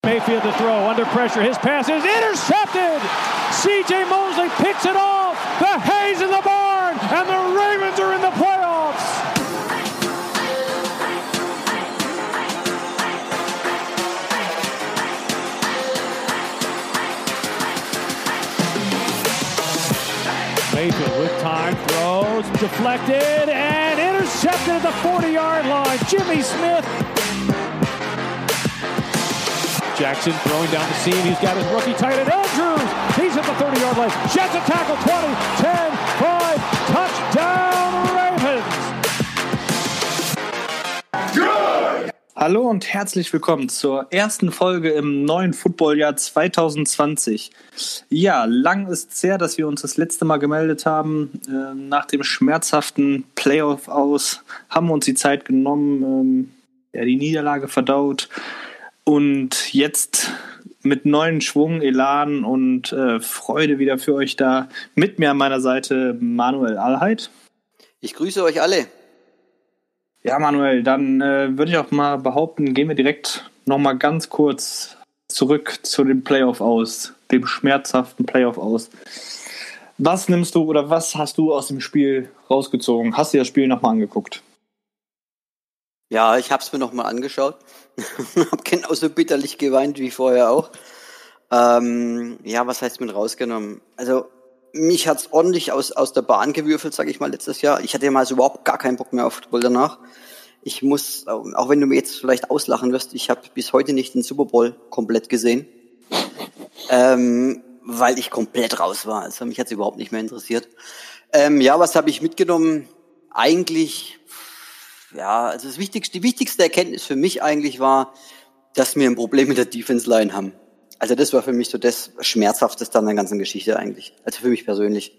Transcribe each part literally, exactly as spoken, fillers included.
Mayfield to throw, under pressure, his pass is intercepted! C J Mosley picks it off! The Hayes in the barn! And the Ravens are in the playoffs! Mayfield with time, throws, deflected, and intercepted at the forty-yard line. Jimmy Smith. Jackson throwing down the seam. He's got his rookie tight end, Andrews. He's at the thirty-yard line. Jets a tackle, twenty, ten, five, touchdown Ravens. Good. Hallo und herzlich willkommen zur ersten Folge im neuen Footballjahr zwanzig zwanzig. Ja, lang ist es her, dass wir uns das letzte Mal gemeldet haben. Äh, nach dem schmerzhaften Playoff aus haben wir uns die Zeit genommen, ähm, ja, die Niederlage verdaut. Und jetzt mit neuen Schwung, Elan und äh, Freude wieder für euch da. Mit mir an meiner Seite Manuel Allheit. Ich grüße euch alle. Ja, Manuel, dann äh, würde ich auch mal behaupten, gehen wir direkt nochmal ganz kurz zurück zu dem Playoff aus, dem schmerzhaften Playoff aus. Was nimmst du oder was hast du aus dem Spiel rausgezogen? Hast du dir das Spiel nochmal angeguckt? Ja, ich habe es mir nochmal angeschaut. Hab genauso bitterlich geweint wie vorher auch. Ähm, ja, was heißt mit rausgenommen? Also mich hat's ordentlich aus aus der Bahn gewürfelt, sage ich mal, letztes Jahr. Ich hatte ja mal so überhaupt gar keinen Bock mehr auf Football danach. Ich muss, auch wenn du mir jetzt vielleicht auslachen wirst, ich habe bis heute nicht den Super Bowl komplett gesehen, ähm, weil ich komplett raus war. Also mich hat's überhaupt nicht mehr interessiert. Ähm, ja, was habe ich mitgenommen? Eigentlich Ja, also das wichtigste, die wichtigste Erkenntnis für mich eigentlich war, dass wir ein Problem mit der Defense-Line haben. Also das war für mich so das Schmerzhafteste an der ganzen Geschichte eigentlich. Also für mich persönlich.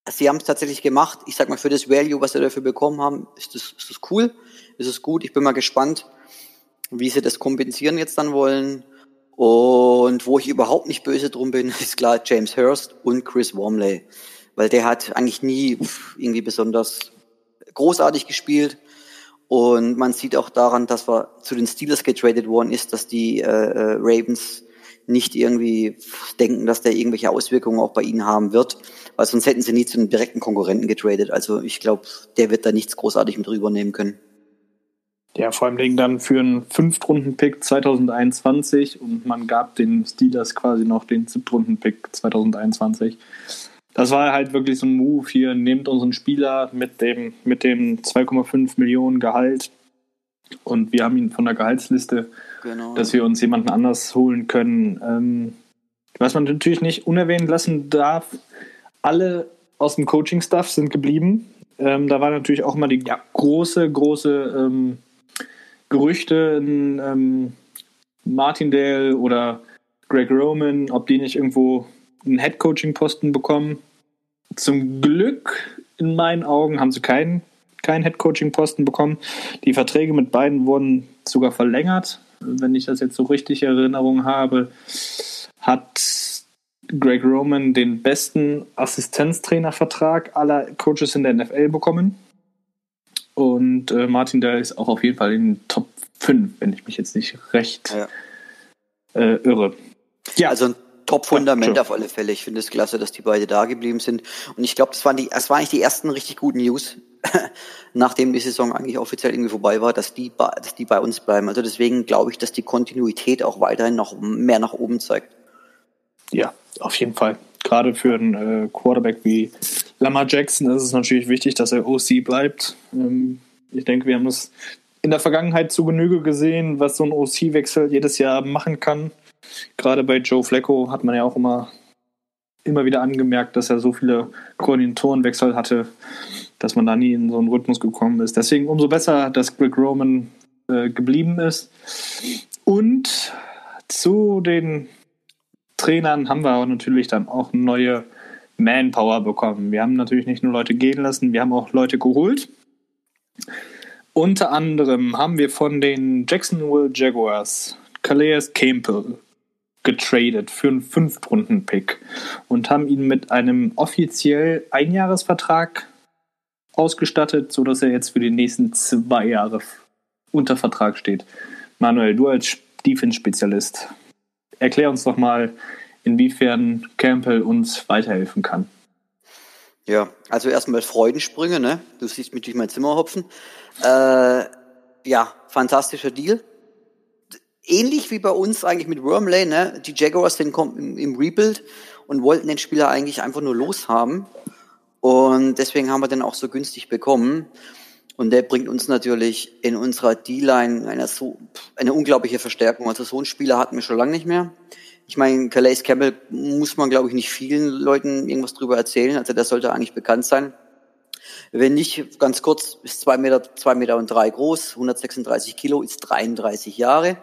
sie haben es tatsächlich gemacht. Ich sag mal, für das Value, was sie dafür bekommen haben, ist das, ist das cool, ist es gut. Ich bin mal gespannt, wie sie das kompensieren jetzt dann wollen. Und wo ich überhaupt nicht böse drum bin, ist klar James Hurst und Chris Wormley. Weil der hat eigentlich nie irgendwie besonders großartig gespielt. Und man sieht auch daran, dass er zu den Steelers getradet worden ist, dass die äh, Ravens nicht irgendwie denken, dass der irgendwelche Auswirkungen auch bei ihnen haben wird, weil sonst hätten sie nie zu einem direkten Konkurrenten getradet. Also ich glaube, der wird da nichts großartig mit rübernehmen können. Ja, vor allem Dingen dann für einen Fünftrunden-Pick zwanzig einundzwanzig und man gab den Steelers quasi noch den Siebtrunden-Pick zwanzig einundzwanzig. Das war halt wirklich so ein Move hier, nehmt unseren Spieler mit dem, mit dem zwei Komma fünf Millionen Gehalt und wir haben ihn von der Gehaltsliste, genau, dass wir uns jemanden anders holen können. Ähm, was man natürlich nicht unerwähnt lassen darf, alle aus dem Coaching-Staff sind geblieben. Ähm, da war natürlich auch mal die ja. große, große ähm, Gerüchte, in, ähm, Martindale oder Greg Roman, ob die nicht irgendwo einen Head-Coaching-Posten bekommen. Zum Glück, in meinen Augen, haben sie keinen, keinen Head-Coaching-Posten bekommen. Die Verträge mit beiden wurden sogar verlängert. Wenn ich das jetzt so richtig in Erinnerung habe, hat Greg Roman den besten Assistenztrainervertrag aller Coaches in der N F L bekommen. Und äh, Martindale ist auch auf jeden Fall in den Top fünf, wenn ich mich jetzt nicht recht ja. äh, irre. Ja, also ein Top-Fundament ja, auf alle Fälle. Ich finde es klasse, dass die beide da geblieben sind. Und ich glaube, das waren die, das waren eigentlich die ersten richtig guten News, nachdem die Saison eigentlich offiziell irgendwie vorbei war, dass die, dass die bei uns bleiben. Also deswegen glaube ich, dass die Kontinuität auch weiterhin noch mehr nach oben zeigt. Ja, auf jeden Fall. Gerade für einen äh, Quarterback wie Lamar Jackson ist es natürlich wichtig, dass er O C bleibt. Ähm, ich denke, wir haben es in der Vergangenheit zu Genüge gesehen, was so ein O C-Wechsel jedes Jahr machen kann. Gerade bei Joe Flacco hat man ja auch immer, immer wieder angemerkt, dass er so viele Koordinatorenwechsel hatte, dass man da nie in so einen Rhythmus gekommen ist. Deswegen umso besser, dass Greg Roman äh, geblieben ist. Und zu den Trainern haben wir natürlich dann auch neue Manpower bekommen. Wir haben natürlich nicht nur Leute gehen lassen, wir haben auch Leute geholt. Unter anderem haben wir von den Jacksonville Jaguars Calais Campbell getradet für einen Fünftrunden-Pick und haben ihn mit einem offiziell Einjahresvertrag ausgestattet, sodass er jetzt für die nächsten zwei Jahre unter Vertrag steht. Manuel, du als Defense-Spezialist, erklär uns doch mal, inwiefern Campbell uns weiterhelfen kann. Ja, also erstmal Freudensprünge, ne? Du siehst mich durch mein Zimmer hopfen. Äh, ja, fantastischer Deal. Ähnlich wie bei uns eigentlich mit Wormley, ne? Die Jaguars sind im, im Rebuild und wollten den Spieler eigentlich einfach nur loshaben. Und deswegen haben wir den auch so günstig bekommen. Und der bringt uns natürlich in unserer D-Line eine, so, eine unglaubliche Verstärkung. Also so einen Spieler hatten wir schon lange nicht mehr. Ich meine, Calais Campbell muss man, glaube ich, nicht vielen Leuten irgendwas drüber erzählen. Also der sollte eigentlich bekannt sein. Wenn nicht, ganz kurz, ist zwei Meter, zwei Meter und drei groß, hundertsechsunddreißig Kilo, ist dreiunddreißig Jahre.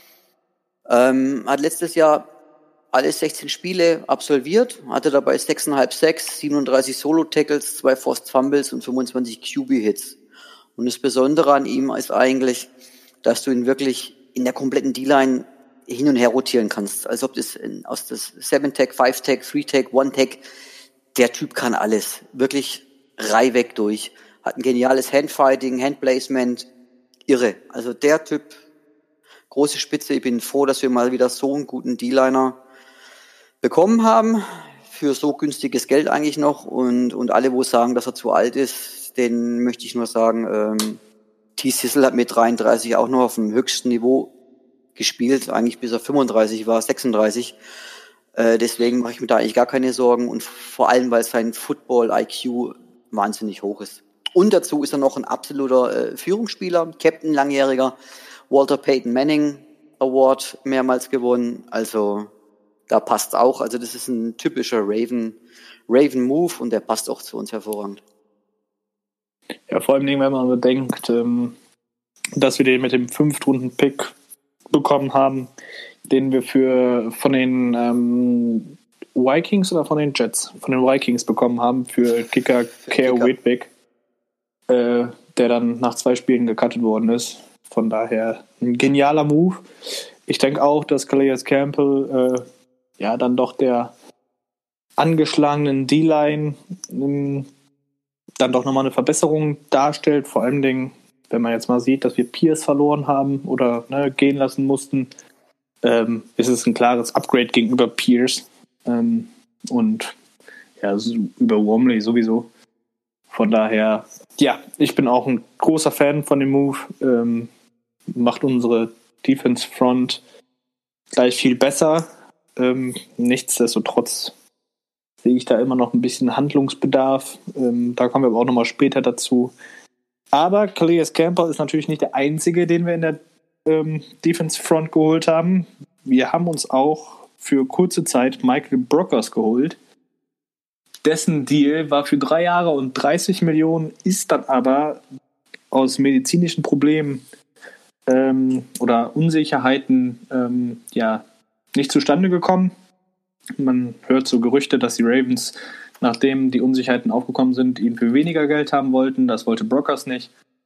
Ähm, hat letztes Jahr alle sechzehn Spiele absolviert, hatte dabei sechs Komma fünf Sacks, siebenunddreißig Solo-Tackles, zwei Forced Fumbles und fünfundzwanzig Q B-Hits. Und das Besondere an ihm ist eigentlich, dass du ihn wirklich in der kompletten D-Line hin und her rotieren kannst. Als ob das in, aus das Seven-Tag, Five-Tag, Three-Tag, One-Tag, der Typ kann alles. Wirklich reihweg durch. Hat ein geniales Handfighting, Handplacement. Irre. Also der Typ, große Spitze. Ich bin froh, dass wir mal wieder so einen guten D-Liner bekommen haben. Für so günstiges Geld eigentlich noch. Und, und alle, wo sagen, dass er zu alt ist, denen möchte ich nur sagen, ähm, T. Sissel hat mit dreiunddreißig auch noch auf dem höchsten Niveau gespielt, eigentlich bis er fünfunddreißig war, sechsunddreißig. Äh, deswegen mache ich mir da eigentlich gar keine Sorgen und vor allem, weil sein Football-I Q wahnsinnig hoch ist. Und dazu ist er noch ein absoluter äh, Führungsspieler, Captain, langjähriger, Walter Payton Manning Award mehrmals gewonnen. Also da passt auch. Also das ist ein typischer Raven, Raven Move und der passt auch zu uns hervorragend. Ja, vor allem, wenn man bedenkt, ähm, dass wir den mit dem Fünftrunden-Pick bekommen haben, den wir für von den ähm, Vikings oder von den Jets? Von den Vikings bekommen haben für Kicker Care Whitbeck, äh, der dann nach zwei Spielen gecuttet worden ist. Von daher ein genialer Move. Ich denke auch, dass Calais Campbell äh, ja dann doch der angeschlagenen D-Line ähm, dann doch nochmal eine Verbesserung darstellt. Vor allen Dingen, wenn man jetzt mal sieht, dass wir Pierce verloren haben oder ne, gehen lassen mussten, ähm, ist es ein klares Upgrade gegenüber Pierce ähm, und ja, so, über Wormley sowieso. Von daher, ja, ich bin auch ein großer Fan von dem Move. Ähm, macht unsere Defense Front gleich viel besser. Ähm, nichtsdestotrotz sehe ich da immer noch ein bisschen Handlungsbedarf. Ähm, da kommen wir aber auch nochmal später dazu. Aber Calais Campbell ist natürlich nicht der einzige, den wir in der ähm, Defense Front geholt haben. Wir haben uns auch für kurze Zeit Michael Brockers geholt. Dessen Deal war für drei Jahre und dreißig Millionen, ist dann aber aus medizinischen Problemen ähm, oder Unsicherheiten ähm, ja nicht zustande gekommen. Man hört so Gerüchte, dass die Ravens, nachdem die Unsicherheiten aufgekommen sind, ihn für weniger Geld haben wollten. Das wollte Brockers nicht.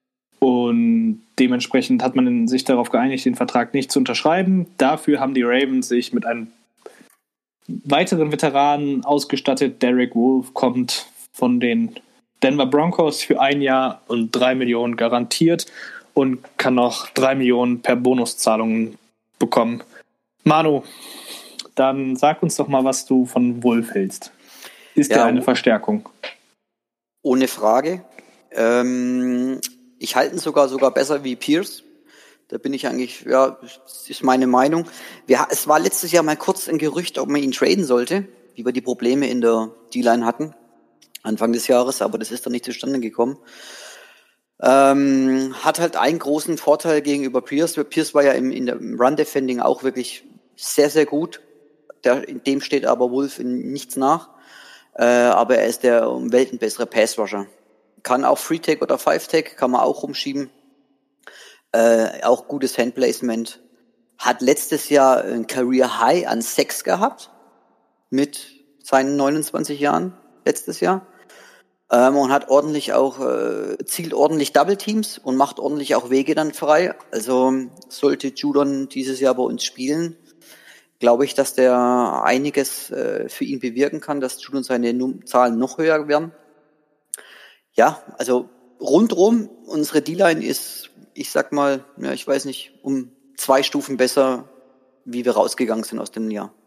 Und dementsprechend hat man sich darauf geeinigt, den Vertrag nicht zu unterschreiben. Dafür haben die Ravens sich mit einem weiteren Veteranen ausgestattet. Derek Wolfe kommt von den Denver Broncos für ein Jahr und drei Millionen garantiert und kann noch drei Millionen per Bonuszahlungen bekommen. Manu, dann sag uns doch mal, was du von Wolfe hältst. Ist ja, der eine Verstärkung? Ohne Frage. Ähm, ich halte ihn sogar sogar besser wie Pierce. Da bin ich eigentlich, ja, das ist meine Meinung. Wir, es war letztes Jahr mal kurz ein Gerücht, ob man ihn traden sollte, wie wir die Probleme in der D-Line hatten, Anfang des Jahres, aber das ist dann nicht zustande gekommen. Ähm, hat halt einen großen Vorteil gegenüber Pierce. Pierce war ja im, in der Run-Defending auch wirklich sehr, sehr gut. Der, in dem steht aber Wolfe in nichts nach. Äh, aber er ist der um Welten bessere Pass-Rusher. Kann auch Free-Tag oder Five-Tag, kann man auch rumschieben. Äh, auch gutes Handplacement. Hat letztes Jahr ein Career-High an Sacks gehabt. Mit seinen neunundzwanzig Jahren letztes Jahr. Ähm, und hat ordentlich auch, äh, zielt ordentlich Double-Teams und macht ordentlich auch Wege dann frei. Also sollte Judon dieses Jahr bei uns spielen, glaube ich, dass der einiges äh, für ihn bewirken kann, dass Judon seine Num- Zahlen noch höher werden. Ja, also rundrum, unsere D-Line ist, ich sag mal, ja, ich weiß nicht, um zwei Stufen besser, wie wir rausgegangen sind aus dem Jahr.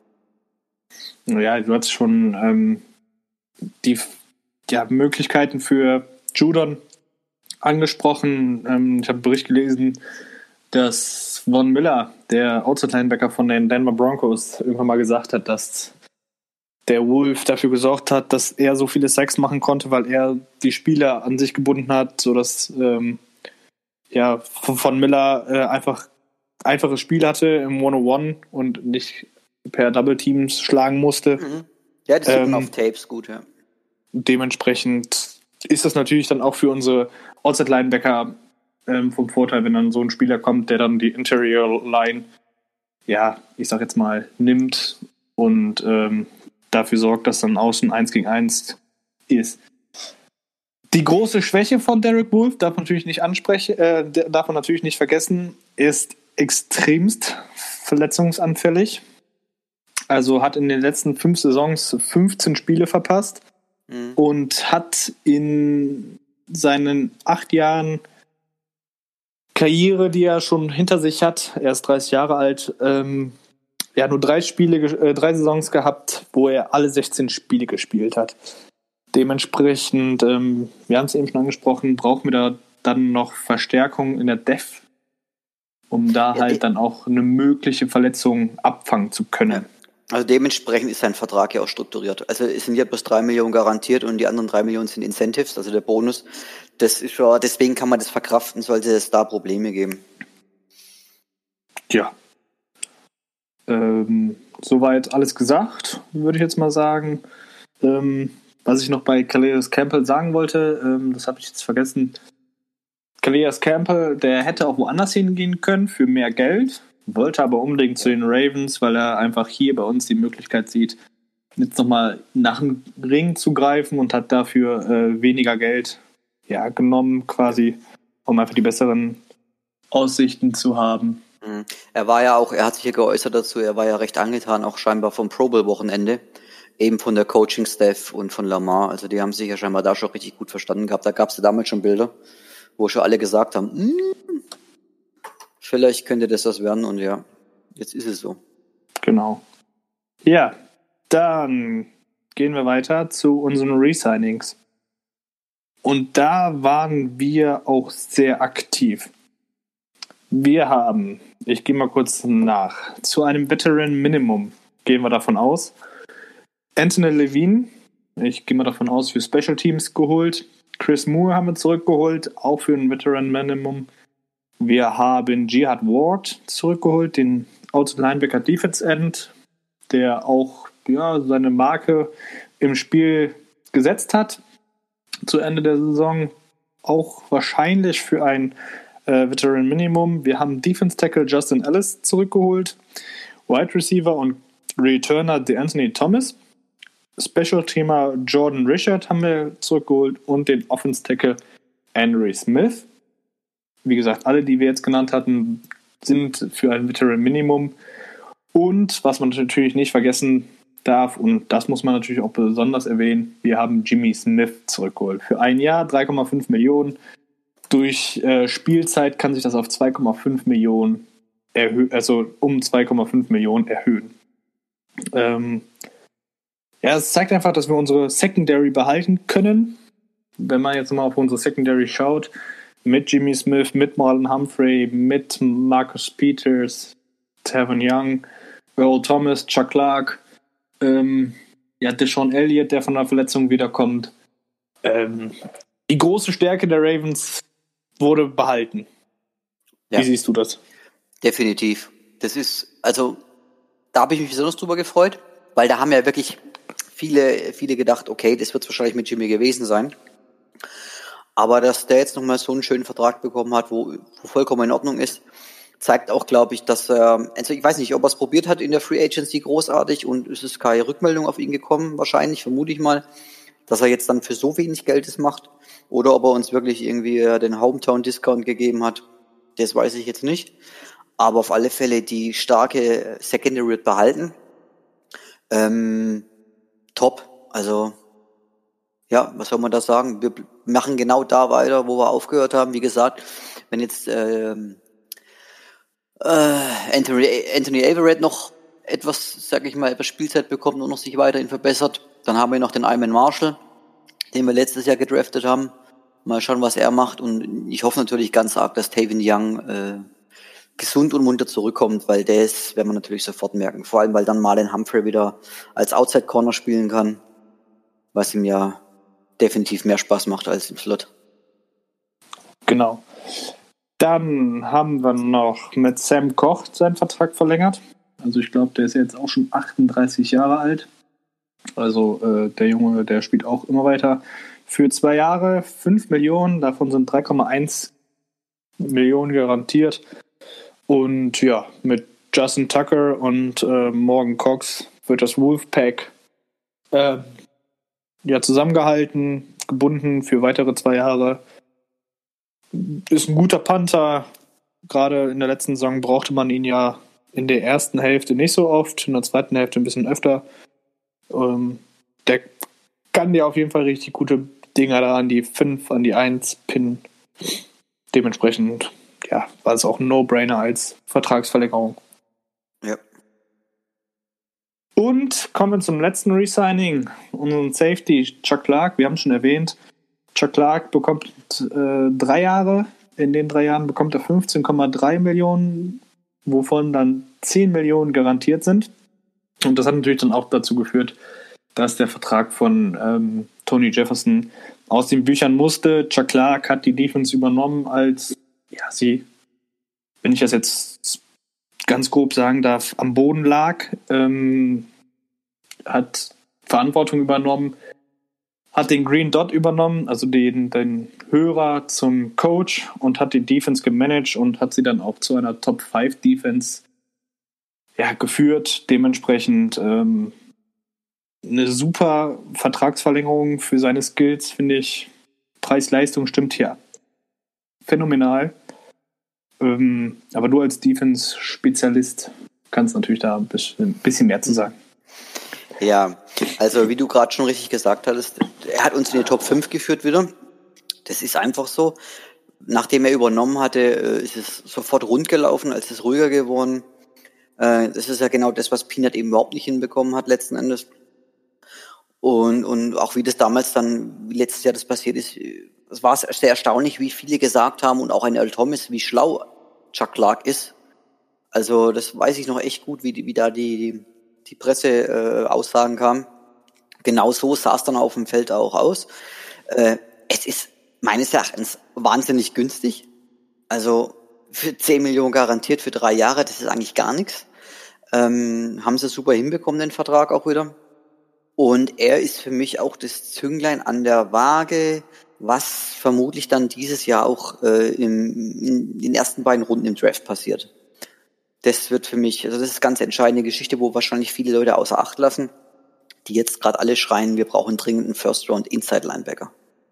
Ja, du hast schon ähm, die ja, Möglichkeiten für Judon angesprochen. Ähm, ich habe einen Bericht gelesen, dass Von Miller, der Outside-Linebacker von den Denver Broncos, irgendwann mal gesagt hat, dass der Wolf dafür gesorgt hat, dass er so viele Sacks machen konnte, weil er die Spieler an sich gebunden hat, sodass ähm, ja, Von Miller äh, einfach einfache Spiel hatte im One-on-One und nicht per Double-Teams schlagen musste. Mhm. Ja, das sieht ähm, man auf Tapes gut, ja. Dementsprechend ist das natürlich dann auch für unsere Outside-Linebacker ähm, vom Vorteil, wenn dann so ein Spieler kommt, der dann die Interior-Line, ja, ich sag jetzt mal, nimmt und ähm, dafür sorgt, dass dann außen eins gegen eins ist. Die große Schwäche von Derek Wolfe, darf man natürlich nicht ansprechen, äh, darf man natürlich nicht vergessen, ist extremst verletzungsanfällig. Also hat in den letzten fünf Saisons fünfzehn Spiele verpasst mhm. und hat in seinen acht Jahren Karriere, die er schon hinter sich hat, er ist dreißig Jahre alt, ähm, ja, nur drei Spiele, äh, drei Saisons gehabt, wo er alle sechzehn Spiele gespielt hat. Dementsprechend, ähm, wir haben es eben schon angesprochen, brauchen wir da dann noch Verstärkung in der Def, um da ja, halt dann auch eine mögliche Verletzung abfangen zu können. Ja. Also dementsprechend ist sein Vertrag ja auch strukturiert. Also es sind ja bloß drei Millionen garantiert und die anderen drei Millionen sind Incentives, also der Bonus. Das ist ja, deswegen kann man das verkraften, sollte es da Probleme geben. Ja. Ähm, soweit alles gesagt, würde ich jetzt mal sagen. Ähm, was ich noch bei Calais Campbell sagen wollte, ähm, das habe ich jetzt vergessen. Calais Campbell, der hätte auch woanders hingehen können für mehr Geld, wollte aber unbedingt zu den Ravens, weil er einfach hier bei uns die Möglichkeit sieht, jetzt nochmal nach dem Ring zu greifen und hat dafür äh, weniger Geld ja, genommen, quasi, um einfach die besseren Aussichten zu haben. Er war ja auch, er hat sich ja geäußert dazu, er war ja recht angetan, auch scheinbar vom Pro Bowl Wochenende, eben von der Coaching-Staff und von Lamar. Also die haben sich ja scheinbar da schon richtig gut verstanden gehabt. Da gab es ja damals schon Bilder, wo schon alle gesagt haben, mm, vielleicht könnte das was werden, und ja, jetzt ist es so. Genau. Ja, dann gehen wir weiter zu unseren Resignings. Und da waren wir auch sehr aktiv. Wir haben, ich gehe mal kurz nach, zu einem Veteran Minimum gehen wir davon aus. Anthony Levine, ich gehe mal davon aus, für Special Teams geholt. Chris Moore haben wir zurückgeholt, auch für ein Veteran Minimum. Wir haben Jihad Ward zurückgeholt, den Outside Linebacker Defense End, der auch ja, seine Marke im Spiel gesetzt hat zu Ende der Saison. Auch wahrscheinlich für ein äh, Veteran Minimum. Wir haben Defense Tackle Justin Ellis zurückgeholt, Wide Receiver und Returner DeAnthony Thomas. Special Teamer Jordan Richard haben wir zurückgeholt und den Offense Tackle Henry Smith. Wie gesagt, alle, die wir jetzt genannt hatten, sind für ein Veteran Minimum. Und was man natürlich nicht vergessen darf, und das muss man natürlich auch besonders erwähnen, wir haben Jimmy Smith zurückgeholt. Für ein Jahr drei Komma fünf Millionen. Durch äh, Spielzeit kann sich das auf zwei Komma fünf Millionen erhöhen, also um zwei Komma fünf Millionen erhöhen. Ähm, ja, es zeigt einfach, dass wir unsere Secondary behalten können. Wenn man jetzt mal auf unsere Secondary schaut, mit Jimmy Smith, mit Marlon Humphrey, mit Marcus Peters, Tavon Young, Earl Thomas, Chuck Clark, ähm, ja, Deshaun Elliott, der von der Verletzung wiederkommt. Ähm, die große Stärke der Ravens wurde behalten. Ja. Wie siehst du das? Definitiv. Das ist, also, da habe ich mich besonders drüber gefreut, weil da haben ja wirklich viele, viele gedacht, okay, das wird es wahrscheinlich mit Jimmy gewesen sein. Aber dass der jetzt nochmal so einen schönen Vertrag bekommen hat, wo, wo vollkommen in Ordnung ist, zeigt auch, glaube ich, dass er, also ich weiß nicht, ob er es probiert hat in der Free Agency großartig und es ist keine Rückmeldung auf ihn gekommen, wahrscheinlich, vermute ich mal, dass er jetzt dann für so wenig Geld es macht, oder ob er uns wirklich irgendwie den Hometown-Discount gegeben hat, das weiß ich jetzt nicht. Aber auf alle Fälle die starke Secondary wird behalten. Ähm, top, also ja, was soll man da sagen? Wir machen genau da weiter, wo wir aufgehört haben. Wie gesagt, wenn jetzt ähm, äh, Anthony, Anthony Averett noch etwas, sag ich mal, etwas Spielzeit bekommt und noch sich weiterhin verbessert, dann haben wir noch den Iman Marshall, den wir letztes Jahr gedraftet haben. Mal schauen, was er macht. Und ich hoffe natürlich ganz arg, dass Tavon Young äh, gesund und munter zurückkommt, weil das werden wir natürlich sofort merken. Vor allem, weil dann Marlon Humphrey wieder als Outside Corner spielen kann, was ihm ja definitiv mehr Spaß macht als im Slot. Genau. Dann haben wir noch mit Sam Koch seinen Vertrag verlängert. Also ich glaube, der ist jetzt auch schon achtunddreißig Jahre alt. Also äh, der Junge, der spielt auch immer weiter. Für zwei Jahre fünf Millionen, davon sind drei Komma eins Millionen garantiert. Und ja, mit Justin Tucker und äh, Morgan Cox wird das Wolfpack äh, ja, zusammengehalten, gebunden für weitere zwei Jahre. Ist ein guter Panther. Gerade in der letzten Saison brauchte man ihn ja in der ersten Hälfte nicht so oft, in der zweiten Hälfte ein bisschen öfter. Ähm, der kann dir auf jeden Fall richtig gute Dinger da an die fünf, an die eins pinnen. Dementsprechend, ja, war es auch ein No-Brainer als Vertragsverlängerung. Ja. Und kommen wir zum letzten Resigning. Unseren Safety, Chuck Clark, wir haben es schon erwähnt. Chuck Clark bekommt äh, drei Jahre. In den drei Jahren bekommt er fünfzehn Komma drei Millionen, wovon dann zehn Millionen garantiert sind. Und das hat natürlich dann auch dazu geführt, dass der Vertrag von ähm, Tony Jefferson aus den Büchern musste. Chuck Clark hat die Defense übernommen, als ja, sie, wenn ich das jetzt ganz grob sagen darf, am Boden lag, ähm, hat Verantwortung übernommen, hat den Green Dot übernommen, also den, den Hörer zum Coach, und hat die Defense gemanagt und hat sie dann auch zu einer Top fünf Defense ja, geführt. Dementsprechend ähm, eine super Vertragsverlängerung für seine Skills, finde ich. Preis-Leistung stimmt hier phänomenal. Ähm, aber du als Defense-Spezialist kannst natürlich da ein bisschen, ein bisschen mehr zu sagen. Ja, also wie du gerade schon richtig gesagt hattest, er hat uns in die Top fünf geführt wieder. Das ist einfach so. Nachdem er übernommen hatte, ist es sofort rund gelaufen, als es ruhiger geworden. Das ist ja genau das, was Peanut eben überhaupt nicht hinbekommen hat letzten Endes. Und, und auch wie das damals dann, wie letztes Jahr das passiert ist, es war sehr erstaunlich, wie viele gesagt haben und auch ein Earl Thomas, wie schlau Chuck Clark ist. Also das weiß ich noch echt gut, wie, wie da die, die, die Presseaussagen äh, kamen. Genau so sah es dann auf dem Feld auch aus. Äh, es ist meines Erachtens wahnsinnig günstig. Also für zehn Millionen garantiert für drei Jahre, das ist eigentlich gar nichts. Ähm, haben sie super hinbekommen, den Vertrag auch wieder. Und er ist für mich auch das Zünglein an der Waage, was vermutlich dann dieses Jahr auch äh, im, in den ersten beiden Runden im Draft passiert. Das wird für mich, also das ist eine ganz entscheidende Geschichte, wo wahrscheinlich viele Leute außer Acht lassen, die jetzt gerade alle schreien, wir brauchen dringend einen First-Round-Inside-Linebacker.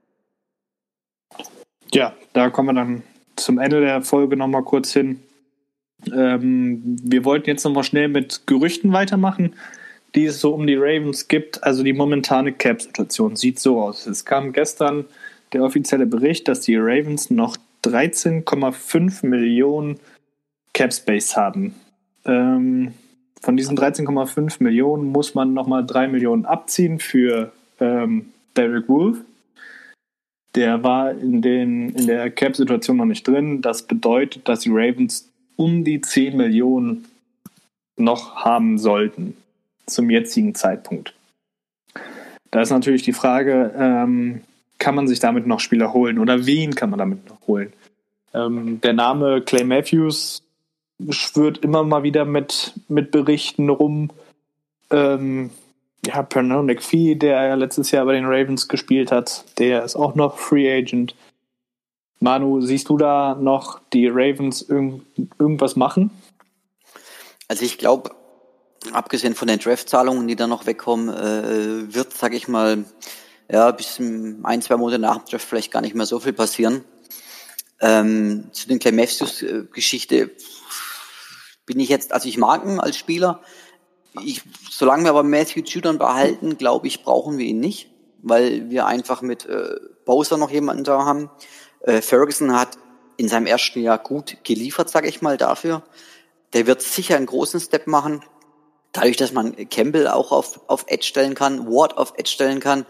Ja, da kommen wir dann zum Ende der Folge nochmal kurz hin. Ähm, wir wollten jetzt nochmal schnell mit Gerüchten weitermachen, die es so um die Ravens gibt. Also die momentane Cap-Situation sieht so aus. Es kam gestern der offizielle Bericht, dass die Ravens noch dreizehn Komma fünf Millionen Cap-Space haben. Ähm, von diesen dreizehn Komma fünf Millionen muss man nochmal drei Millionen abziehen für ähm, Derek Wolfe. Der war in, den, in der Cap-Situation noch nicht drin. Das bedeutet, dass die Ravens um die zehn Millionen noch haben sollten zum jetzigen Zeitpunkt. Da ist natürlich die Frage, ähm, kann man sich damit noch Spieler holen oder wen kann man damit noch holen? Ähm, der Name Clay Matthews schwirrt immer mal wieder mit, mit Berichten rum. Ähm, ja, Pernell McPhee, der ja letztes Jahr bei den Ravens gespielt hat, der ist auch noch Free Agent. Manu, siehst du da noch die Ravens irg- irgendwas machen? Also ich glaube, abgesehen von den Draftzahlungen, die da noch wegkommen, äh, wird, sag ich mal, ja, bis ein, zwei Monate nach dem Draft vielleicht gar nicht mehr so viel passieren. Ähm, zu den Clay Matthews-Geschichte bin ich jetzt, also ich mag ihn als Spieler. Ich, solange wir aber Matthew Judon behalten, glaube ich, brauchen wir ihn nicht, weil wir einfach mit äh, Bowser noch jemanden da haben. Äh, Ferguson hat in seinem ersten Jahr gut geliefert, sage ich mal, dafür. Der wird sicher einen großen Step machen. Dadurch, dass man Campbell auch auf, auf Edge stellen kann, Ward auf Edge stellen kann,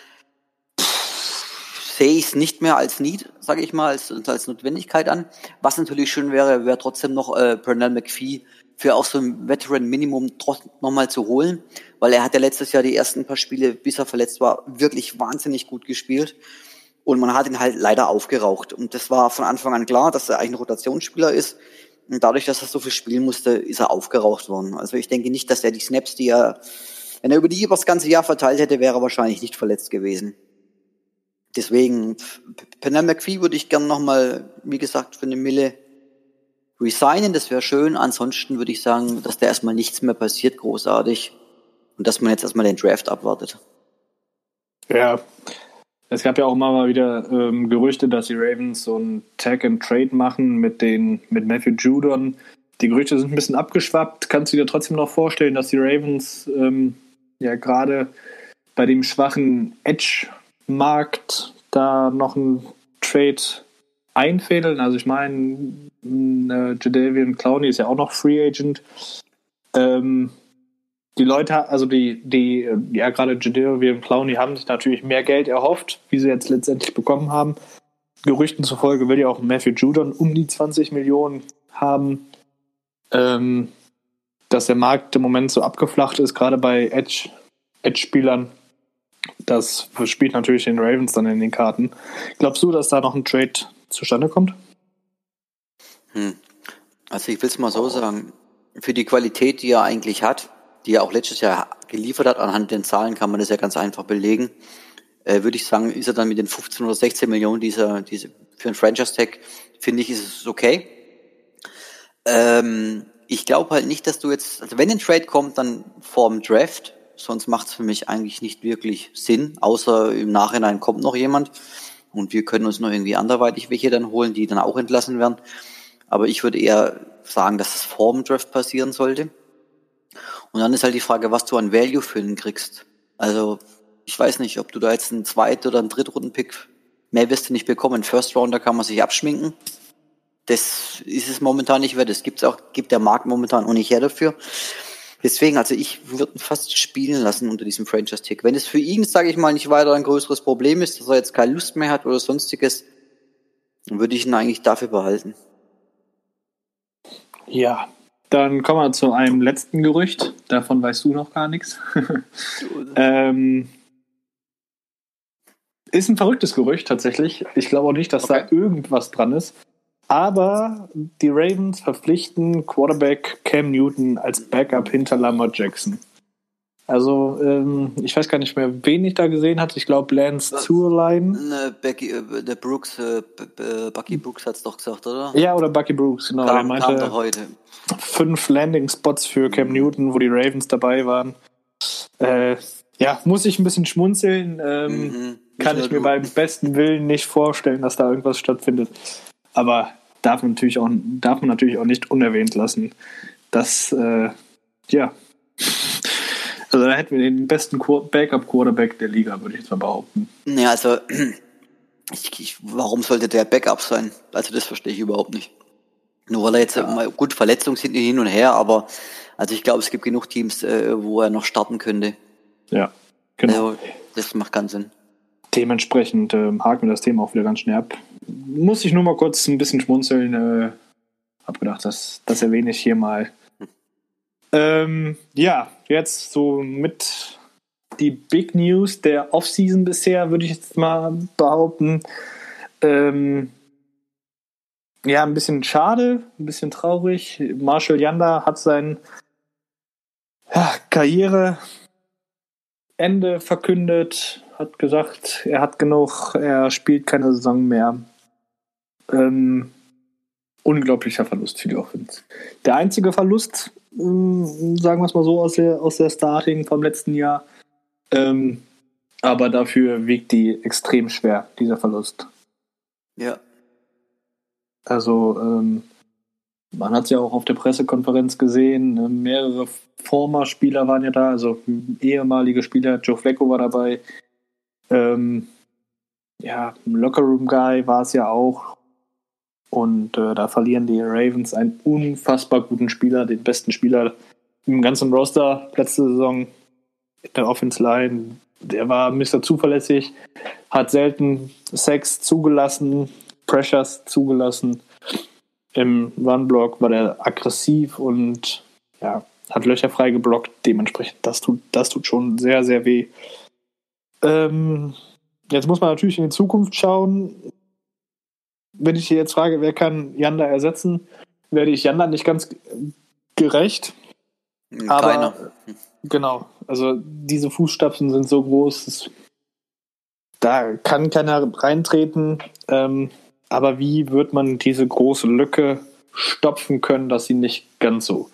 sehe ich es nicht mehr als Need, sage ich mal, als, als Notwendigkeit an. Was natürlich schön wäre, wäre trotzdem noch äh, Pernell McPhee für auch so ein Veteran-Minimum nochmal zu holen, weil er hat ja letztes Jahr die ersten paar Spiele, bis er verletzt war, wirklich wahnsinnig gut gespielt und man hat ihn halt leider aufgeraucht und das war von Anfang an klar, dass er eigentlich ein Rotationsspieler ist und dadurch, dass er so viel spielen musste, ist er aufgeraucht worden. Also ich denke nicht, dass er die Snaps, die er, wenn er über die über das ganze Jahr verteilt hätte, wäre er wahrscheinlich nicht verletzt gewesen. Deswegen, Pernell McPhee würde ich gerne nochmal, wie gesagt, für eine Mille resignen, das wäre schön. Ansonsten würde ich sagen, dass da erstmal nichts mehr passiert, großartig. Und dass man jetzt erstmal den Draft abwartet. Ja, es gab ja auch immer mal wieder ähm, Gerüchte, dass die Ravens so ein Tag and Trade machen mit, den, mit Matthew Judon. Die Gerüchte sind ein bisschen abgeschwappt. Kannst du dir trotzdem noch vorstellen, dass die Ravens ähm, ja gerade bei dem schwachen Edge-Markt da noch ein Trade einfädeln? Also ich meine, äh, Jadeveon Clowney ist ja auch noch Free Agent. Ähm, die Leute, also die, die, ja gerade Jadeveon Clowney haben sich natürlich mehr Geld erhofft, wie sie jetzt letztendlich bekommen haben. Gerüchten zufolge will ja auch Matthew Judon um die zwanzig Millionen haben. Ähm, dass der Markt im Moment so abgeflacht ist, gerade bei Edge, Edge-Spielern, das spielt natürlich den Ravens dann in den Karten. Glaubst du, dass da noch ein Trade zustande kommt? Hm. Also ich will es mal so sagen, für die Qualität, die er eigentlich hat, die er auch letztes Jahr geliefert hat, anhand den Zahlen kann man das ja ganz einfach belegen, äh, würde ich sagen, ist er dann mit den fünfzehn oder sechzehn Millionen dieser, diese, für einen Franchise-Tag, finde ich, ist es okay. Ähm, ich glaube halt nicht, dass du jetzt, also wenn ein Trade kommt, dann vorm Draft, Sonst macht es für mich eigentlich nicht wirklich Sinn, außer im Nachhinein kommt noch jemand und wir können uns noch irgendwie anderweitig welche dann holen, die dann auch entlassen werden. Aber ich würde eher sagen, dass es vor dem Draft passieren sollte. Und dann ist halt die Frage, was du an Value für ihn kriegst. Also ich weiß nicht, ob du da jetzt einen Zweit- oder einen Drittrunden-Pick, mehr wirst du nicht bekommen. First Rounder kann man sich abschminken. Das ist es momentan nicht wert. Das gibt's auch, gibt der Markt momentan auch nicht her dafür. Deswegen, also ich würde ihn fast spielen lassen unter diesem Franchise-Tick. Wenn es für ihn, sage ich mal, nicht weiter ein größeres Problem ist, dass er jetzt keine Lust mehr hat oder sonstiges, dann würde ich ihn eigentlich dafür behalten. Ja, dann kommen wir zu einem letzten Gerücht. Davon weißt du noch gar nichts. ähm, ist ein verrücktes Gerücht tatsächlich. Ich glaube auch nicht, dass okay. da irgendwas dran ist. Aber die Ravens verpflichten Quarterback Cam Newton als Backup hinter Lamar Jackson. Also, ähm, ich weiß gar nicht mehr, wen ich da gesehen hatte. Ich glaube, Lance Zierlein. Ne, Becky, äh, der Brooks, äh, B- Bucky Brooks hat es doch gesagt, oder? Ja, oder Bucky Brooks, genau. Kam, er meinte, kam doch heute. Fünf Landing-Spots für Cam Newton, wo die Ravens dabei waren. Äh, ja, muss ich ein bisschen schmunzeln. Ähm, mhm. Kann ich mir du. beim besten Willen nicht vorstellen, dass da irgendwas stattfindet. Aber darf man natürlich auch, darf man natürlich auch nicht unerwähnt lassen, dass, äh, ja, also da hätten wir den besten Backup-Quarterback der Liga, würde ich jetzt mal behaupten. Ja, also, ich, ich, warum sollte der Backup sein? Also das verstehe ich überhaupt nicht. Nur weil er jetzt, ja. mal, gut, Verletzungen sind hin und her, aber also ich glaube, es gibt genug Teams, äh, wo er noch starten könnte. Ja, genau. Also, das macht keinen Sinn. Dementsprechend äh, haken wir das Thema auch wieder ganz schnell ab. Muss ich nur mal kurz ein bisschen schmunzeln. Äh, hab gedacht, das, das erwähne ich hier mal. Hm. Ähm, ja, jetzt so mit die Big News der Offseason bisher, würde ich jetzt mal behaupten. Ähm, ja, ein bisschen schade, ein bisschen traurig. Marshall Yanda hat sein ja, Karriereende verkündet. Hat gesagt, er hat genug, er spielt keine Saison mehr. Ähm, unglaublicher Verlust für die Offense. Der einzige Verlust, ähm, sagen wir es mal so, aus der, aus der Starting vom letzten Jahr. Ähm, aber dafür wiegt die extrem schwer, dieser Verlust. Ja. Also, ähm, man hat es ja auch auf der Pressekonferenz gesehen, mehrere former Spieler waren ja da, also ehemalige Spieler, Joe Flacco war dabei. Ähm, ja, ein Lockerroom-Guy war es ja auch. Und äh, da verlieren die Ravens einen unfassbar guten Spieler, den besten Spieler im ganzen Roster letzte Saison in der Offense Line. Der war Mister Zuverlässig, hat selten Sacks zugelassen, Pressures zugelassen. Im Run-Block war der aggressiv und ja, hat Löcher frei geblockt. Dementsprechend, das tut, das tut schon sehr, sehr weh. Ähm, jetzt muss man natürlich in die Zukunft schauen. Wenn ich dir jetzt frage, wer kann Yanda ersetzen, werde ich Yanda nicht ganz gerecht. Keiner. Aber genau, also diese Fußstapfen sind so groß, dass, da kann keiner reintreten. Ähm, aber wie wird man diese große Lücke stopfen können, dass sie nicht ganz so...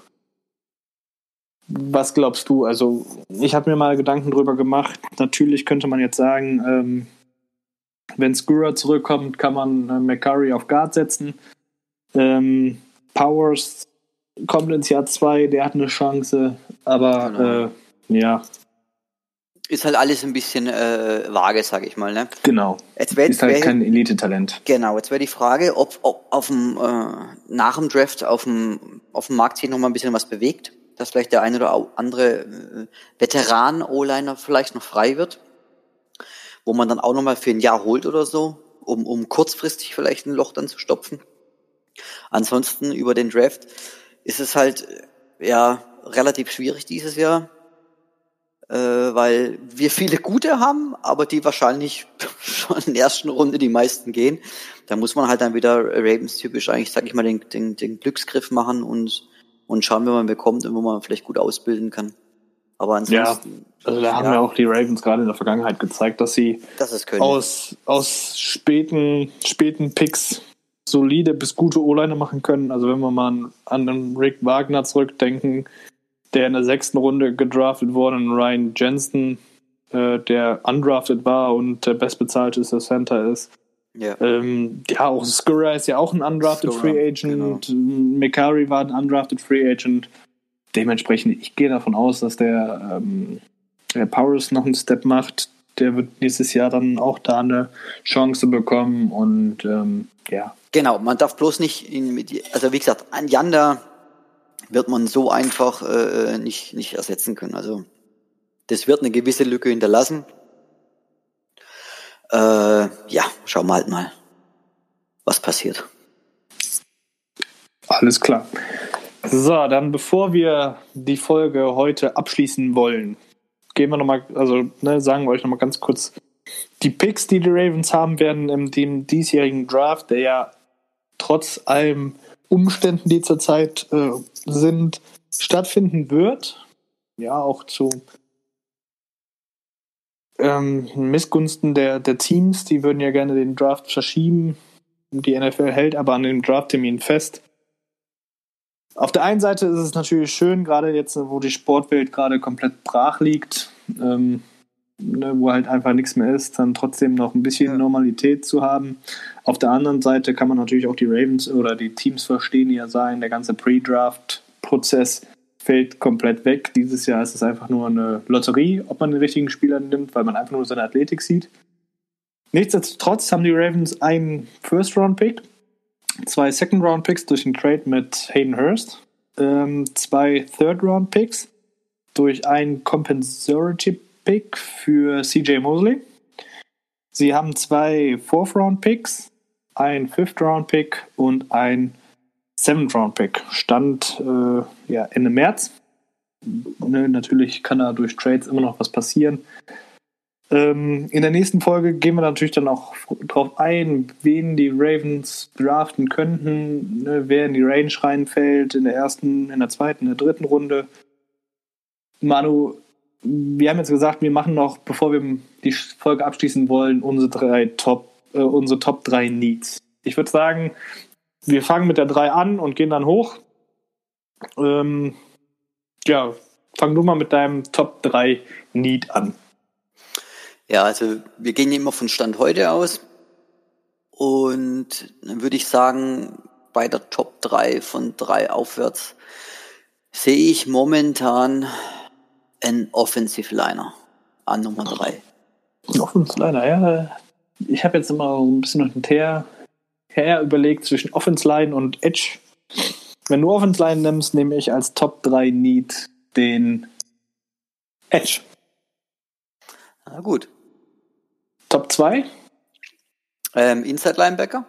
Was glaubst du? Also, ich habe mir mal Gedanken drüber gemacht. Natürlich könnte man jetzt sagen, ähm, wenn Skura zurückkommt, kann man äh, McCurry auf Guard setzen. Ähm, Powers kommt ins Jahr zwei, der hat eine Chance. Aber, genau. äh, ja. Ist halt alles ein bisschen äh, vage, sag ich mal. Ne? Genau. Jetzt wär, ist halt wär, kein Elite-Talent. Genau, jetzt wäre die Frage, ob, ob auf dem, äh, nach dem Draft auf dem, auf dem Markt sich noch mal ein bisschen was bewegt. Dass vielleicht der eine oder andere äh, Veteran-O-Liner vielleicht noch frei wird, wo man dann auch nochmal für ein Jahr holt oder so, um, um kurzfristig vielleicht ein Loch dann zu stopfen. Ansonsten über den Draft ist es halt ja relativ schwierig dieses Jahr, äh, weil wir viele gute haben, aber die wahrscheinlich schon in der ersten Runde die meisten gehen. Da muss man halt dann wieder Ravens-typisch eigentlich, sag ich mal, den, den, den Glücksgriff machen und und schauen, wie man bekommt und wo man vielleicht gut ausbilden kann. Aber ansonsten... Ja, also da haben ja auch die Ravens gerade in der Vergangenheit gezeigt, dass sie das aus, aus späten, späten Picks solide bis gute O-Liner machen können. Also wenn wir mal an, an den Rick Wagner zurückdenken, der in der sechsten Runde gedraftet wurde, und Ryan Jensen, äh, der undrafted war und der bestbezahlteste Center ist. Ja, ähm, ja auch Skura ist ja auch ein undrafted Skura, Free Agent, genau. Mekari war ein undrafted Free Agent. Dementsprechend, ich gehe davon aus, dass der, ähm, der Powers noch einen Step macht. Der wird nächstes Jahr dann auch da eine Chance bekommen und ähm, ja. Genau, man darf bloß nicht, in, also wie gesagt, an Yanda wird man so einfach äh, nicht, nicht ersetzen können. Also das wird eine gewisse Lücke hinterlassen. Äh, ja, schauen wir halt mal, was passiert. Alles klar. So, dann bevor wir die Folge heute abschließen wollen, gehen wir nochmal, also ne, sagen wir euch nochmal ganz kurz die Picks, die die Ravens haben werden in dem diesjährigen Draft, der ja trotz allem Umständen, die zurzeit äh, sind, stattfinden wird. Ja, auch zu ähm, Missgunsten der, der Teams, die würden ja gerne den Draft verschieben. Die N F L hält aber an den Drafttermin fest. Auf der einen Seite ist es natürlich schön, gerade jetzt, wo die Sportwelt gerade komplett brach liegt, ähm, ne, wo halt einfach nichts mehr ist, dann trotzdem noch ein bisschen Ja. Normalität zu haben. Auf der anderen Seite kann man natürlich auch die Ravens oder die Teams verstehen, die ja sagen, der ganze Pre-Draft-Prozess fällt komplett weg. Dieses Jahr ist es einfach nur eine Lotterie, ob man den richtigen Spieler nimmt, weil man einfach nur seine Athletik sieht. Nichtsdestotrotz haben die Ravens einen First-Round-Pick, zwei Second-Round-Picks durch den Trade mit Hayden Hurst, ähm, zwei Third-Round-Picks durch einen Compensatory-Pick für C J Mosley. Sie haben zwei Fourth-Round-Picks, ein Fifth-Round-Pick und ein Seventh-Round-Pick. Stand äh, ja, Ende März. Ne, natürlich kann da durch Trades immer noch was passieren. Ähm, in der nächsten Folge gehen wir natürlich dann auch drauf ein, wen die Ravens draften könnten, ne, wer in die Range reinfällt, in der ersten, in der zweiten, in der dritten Runde. Manu, wir haben jetzt gesagt, wir machen noch, bevor wir die Folge abschließen wollen, unsere drei Top, äh, unsere Top drei Needs. Ich würde sagen, wir fangen mit der drei an und gehen dann hoch. Ähm, ja, fang du mal mit deinem Top drei Need an. Ja, also wir gehen immer von Stand heute aus und dann würde ich sagen, bei der Top drei von drei aufwärts sehe ich momentan einen Offensive Liner an Nummer drei. Offensive Liner, ja. Ich habe jetzt immer so ein bisschen noch her, her überlegt zwischen Offensive Line und Edge. Wenn du Offensive Line nimmst, nehme ich als Top drei Need den Edge. Na gut. Top zwei? Ähm, Inside Linebacker?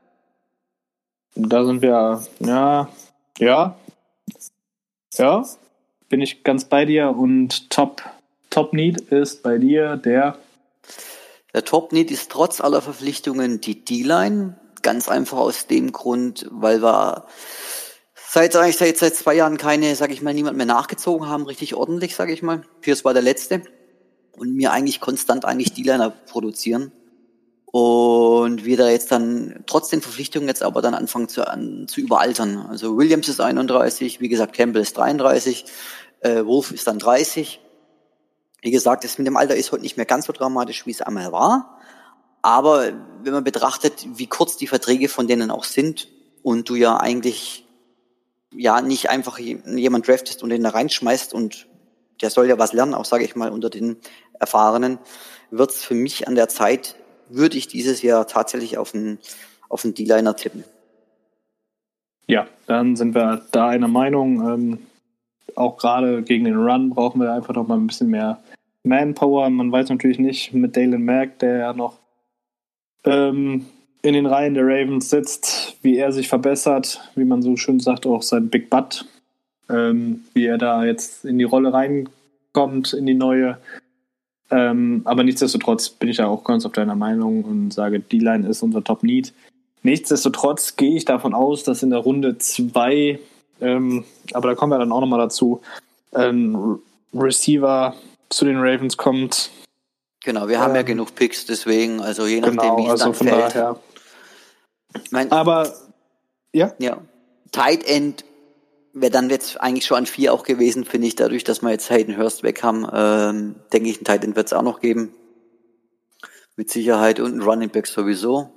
Da sind wir, ja, ja, ja, bin ich ganz bei dir. Und Top, Top Need ist bei dir der... Der Top Need ist trotz aller Verpflichtungen die D-Line. Ganz einfach aus dem Grund, weil wir seit, eigentlich seit, seit zwei Jahren keine, sag ich mal, niemand mehr nachgezogen haben, richtig ordentlich, sag ich mal. Pierce war der Letzte. Und mir eigentlich konstant eigentlich D-Liner produzieren. Und wir da jetzt dann trotz den Verpflichtungen jetzt aber dann anfangen zu, an, zu überaltern. Also Williams ist einunddreißig, wie gesagt, Campbell ist dreiunddreißig, äh, Wolf ist dann dreißig. Wie gesagt, das mit dem Alter ist heute nicht mehr ganz so dramatisch, wie es einmal war. Aber wenn man betrachtet, wie kurz die Verträge von denen auch sind und du ja eigentlich ja nicht einfach jemand draftest und den da reinschmeißt und der soll ja was lernen, auch sage ich mal unter den Erfahrenen, wird es für mich an der Zeit, würde ich dieses Jahr tatsächlich auf einen, auf einen D-Liner tippen. Ja, dann sind wir da einer Meinung. Ähm, auch gerade gegen den Run brauchen wir einfach noch mal ein bisschen mehr Manpower. Man weiß natürlich nicht mit Dalen Mack, der ja noch ähm, in den Reihen der Ravens sitzt, wie er sich verbessert, wie man so schön sagt, auch sein Big Butt, ähm, wie er da jetzt in die Rolle reinkommt, in die neue. Ähm, aber nichtsdestotrotz bin ich da auch ganz auf deiner Meinung und sage, D-Line ist unser Top-Need. Nichtsdestotrotz gehe ich davon aus, dass in der Runde zwei, ähm, aber da kommen wir dann auch nochmal dazu, ein Receiver zu den Ravens kommt. Genau, wir haben ähm, ja genug Picks, deswegen, also je nachdem, genau, wie es also dann von fällt. daher. Ich mein, Aber, ja? ja, Tight End wäre dann jetzt eigentlich schon an vier auch gewesen, finde ich, dadurch, dass wir jetzt Hayden Hurst weg haben, ähm, denke ich, einen Tight End wird es auch noch geben. Mit Sicherheit und einen Running Back sowieso.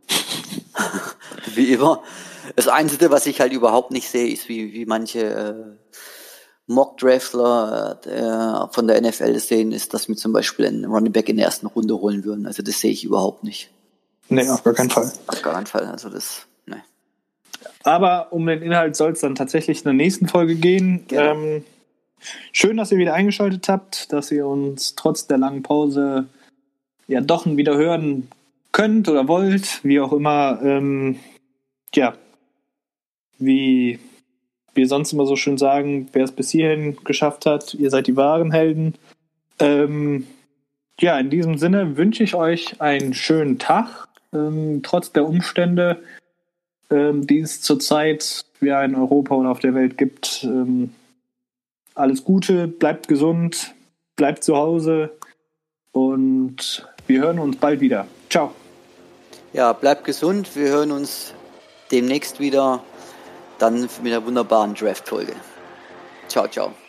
Wie immer. Das Einzige, was ich halt überhaupt nicht sehe, ist, wie, wie manche äh, Mock-Draftler äh, von der N F L sehen, ist, dass wir zum Beispiel einen Running Back in der ersten Runde holen würden. Also das sehe ich überhaupt nicht. Nee, auf gar keinen Fall. Auf gar keinen Fall. Also das, ne. Aber um den Inhalt soll es dann tatsächlich in der nächsten Folge gehen. Genau. Ähm, schön, dass ihr wieder eingeschaltet habt, dass ihr uns trotz der langen Pause ja doch wieder hören könnt oder wollt, wie auch immer. Ähm, ja, wie wir sonst immer so schön sagen, wer es bis hierhin geschafft hat, ihr seid die wahren Helden. Ähm, ja, in diesem Sinne wünsche ich euch einen schönen Tag, ähm, trotz der Umstände, ähm, die es zurzeit ja in Europa oder auf der Welt gibt. Ähm, alles Gute, bleibt gesund, bleibt zu Hause und wir hören uns bald wieder. Ciao. Ja, bleibt gesund. Wir hören uns demnächst wieder. Dann mit einer wunderbaren Draft-Folge. Ciao, ciao.